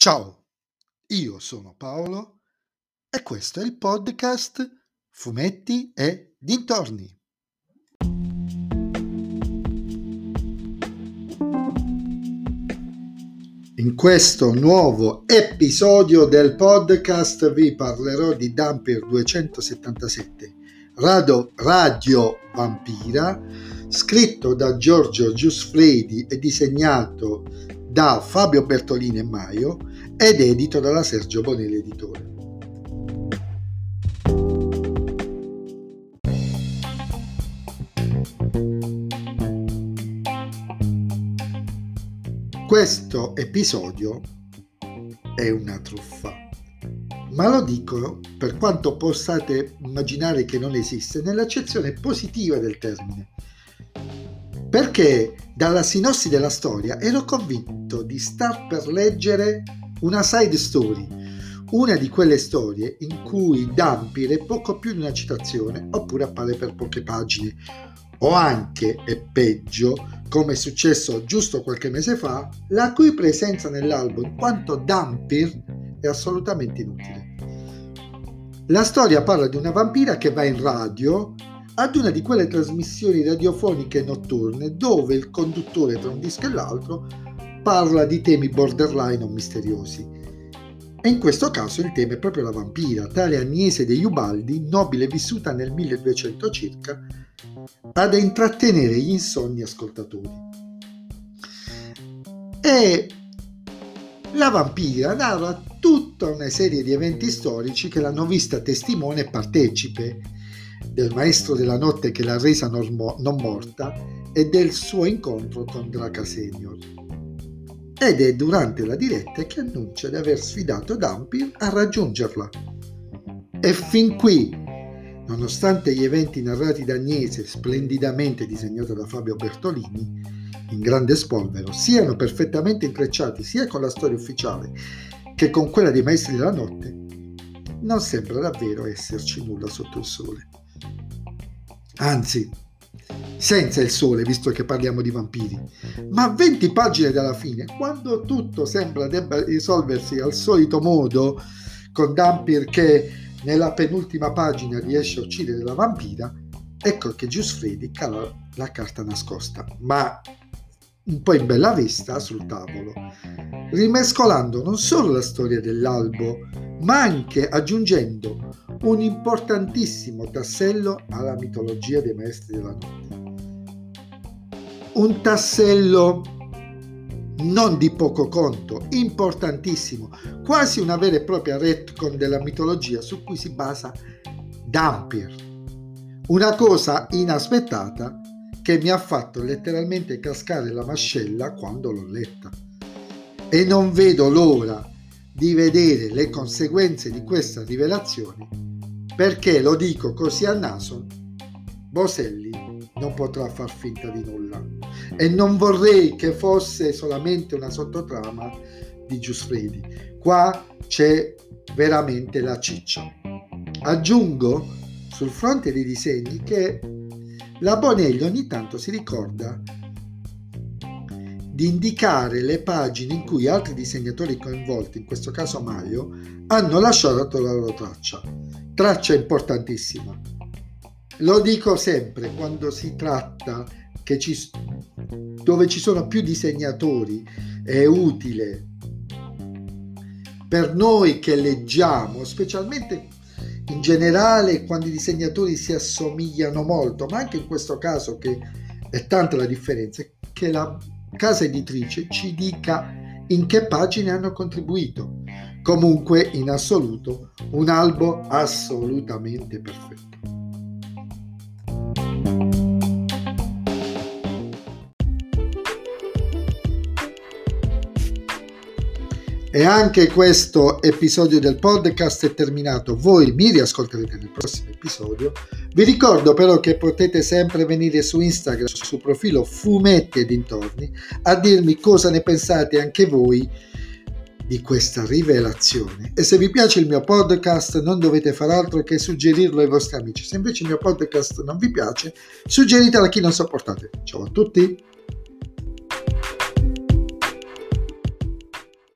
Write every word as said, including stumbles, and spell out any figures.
Ciao, io sono Paolo e questo è il podcast Fumetti e Dintorni. In questo nuovo episodio del podcast vi parlerò di Dhampir duecentosettantasette, Radio, Radio Vampira, scritto da Giorgio Giussfredi e disegnato da Fabio Bertolini e Maio ed edito dalla Sergio Bonelli Editore. Questo episodio è una truffa, ma lo dico per quanto possiate immaginare che non esiste nell'accezione positiva del termine, perché dalla sinossi della storia ero convinto di star per leggere una side story, una di quelle storie in cui Dhampir è poco più di una citazione oppure appare per poche pagine, o anche, e peggio, come è successo giusto qualche mese fa, la cui presenza nell'albo in quanto Dhampir è assolutamente inutile. La storia parla di una vampira che va in radio ad una di quelle trasmissioni radiofoniche notturne dove il conduttore tra un disco e l'altro parla di temi borderline o misteriosi. E in questo caso il tema è proprio la vampira, tale Agnese degli Ubaldi, nobile vissuta nel milleduecento circa, ad intrattenere gli insonni ascoltatori. E la vampira narra tutta una serie di eventi storici che l'hanno vista testimone e partecipe, del maestro della notte che l'ha resa non morta e del suo incontro con Draca Senior. Ed è durante la diretta che annuncia di aver sfidato Dhampir a raggiungerla. E fin qui, nonostante gli eventi narrati da Agnese, splendidamente disegnata da Fabio Bertolini, in grande spolvero, siano perfettamente intrecciati sia con la storia ufficiale che con quella dei maestri della notte, non sembra davvero esserci nulla sotto il sole. Anzi, senza il sole, visto che parliamo di vampiri, ma venti pagine dalla fine, quando tutto sembra debba risolversi al solito modo, con Dhampir che nella penultima pagina riesce a uccidere la vampira, ecco che Giussfredi cala la carta nascosta, ma un po' in bella vista sul tavolo, rimescolando non solo la storia dell'albo, ma anche aggiungendo un importantissimo tassello alla mitologia dei maestri della notte. Un tassello non di poco conto, importantissimo, quasi una vera e propria retcon della mitologia su cui si basa Dhampir. Una cosa inaspettata che mi ha fatto letteralmente cascare la mascella quando l'ho letta. E non vedo l'ora di vedere le conseguenze di questa rivelazione, perché, lo dico così a naso, Boselli non potrà far finta di nulla. E non vorrei che fosse solamente una sottotrama di Giussfredi. Qua c'è veramente la ciccia. Aggiungo sul fronte dei disegni che la Bonelli ogni tanto si ricorda di indicare le pagine in cui altri disegnatori coinvolti, in questo caso Maio, hanno lasciato la loro traccia. Traccia importantissima. Lo dico sempre quando si tratta che ci, dove ci sono più disegnatori, è utile per noi che leggiamo, specialmente in generale quando i disegnatori si assomigliano molto, ma anche in questo caso che è tanta la differenza, che la casa editrice ci dica in che pagine hanno contribuito. Comunque, in assoluto, un albo assolutamente perfetto. E anche questo episodio del podcast è terminato. Voi mi riascolterete nel prossimo episodio. Vi ricordo però che potete sempre venire su Instagram, sul profilo Fumetti e Dintorni, a dirmi cosa ne pensate anche voi di questa rivelazione. E se vi piace il mio podcast non dovete far altro che suggerirlo ai vostri amici. Se invece il mio podcast non vi piace, suggeritelo a chi non sopportate. Ciao a tutti!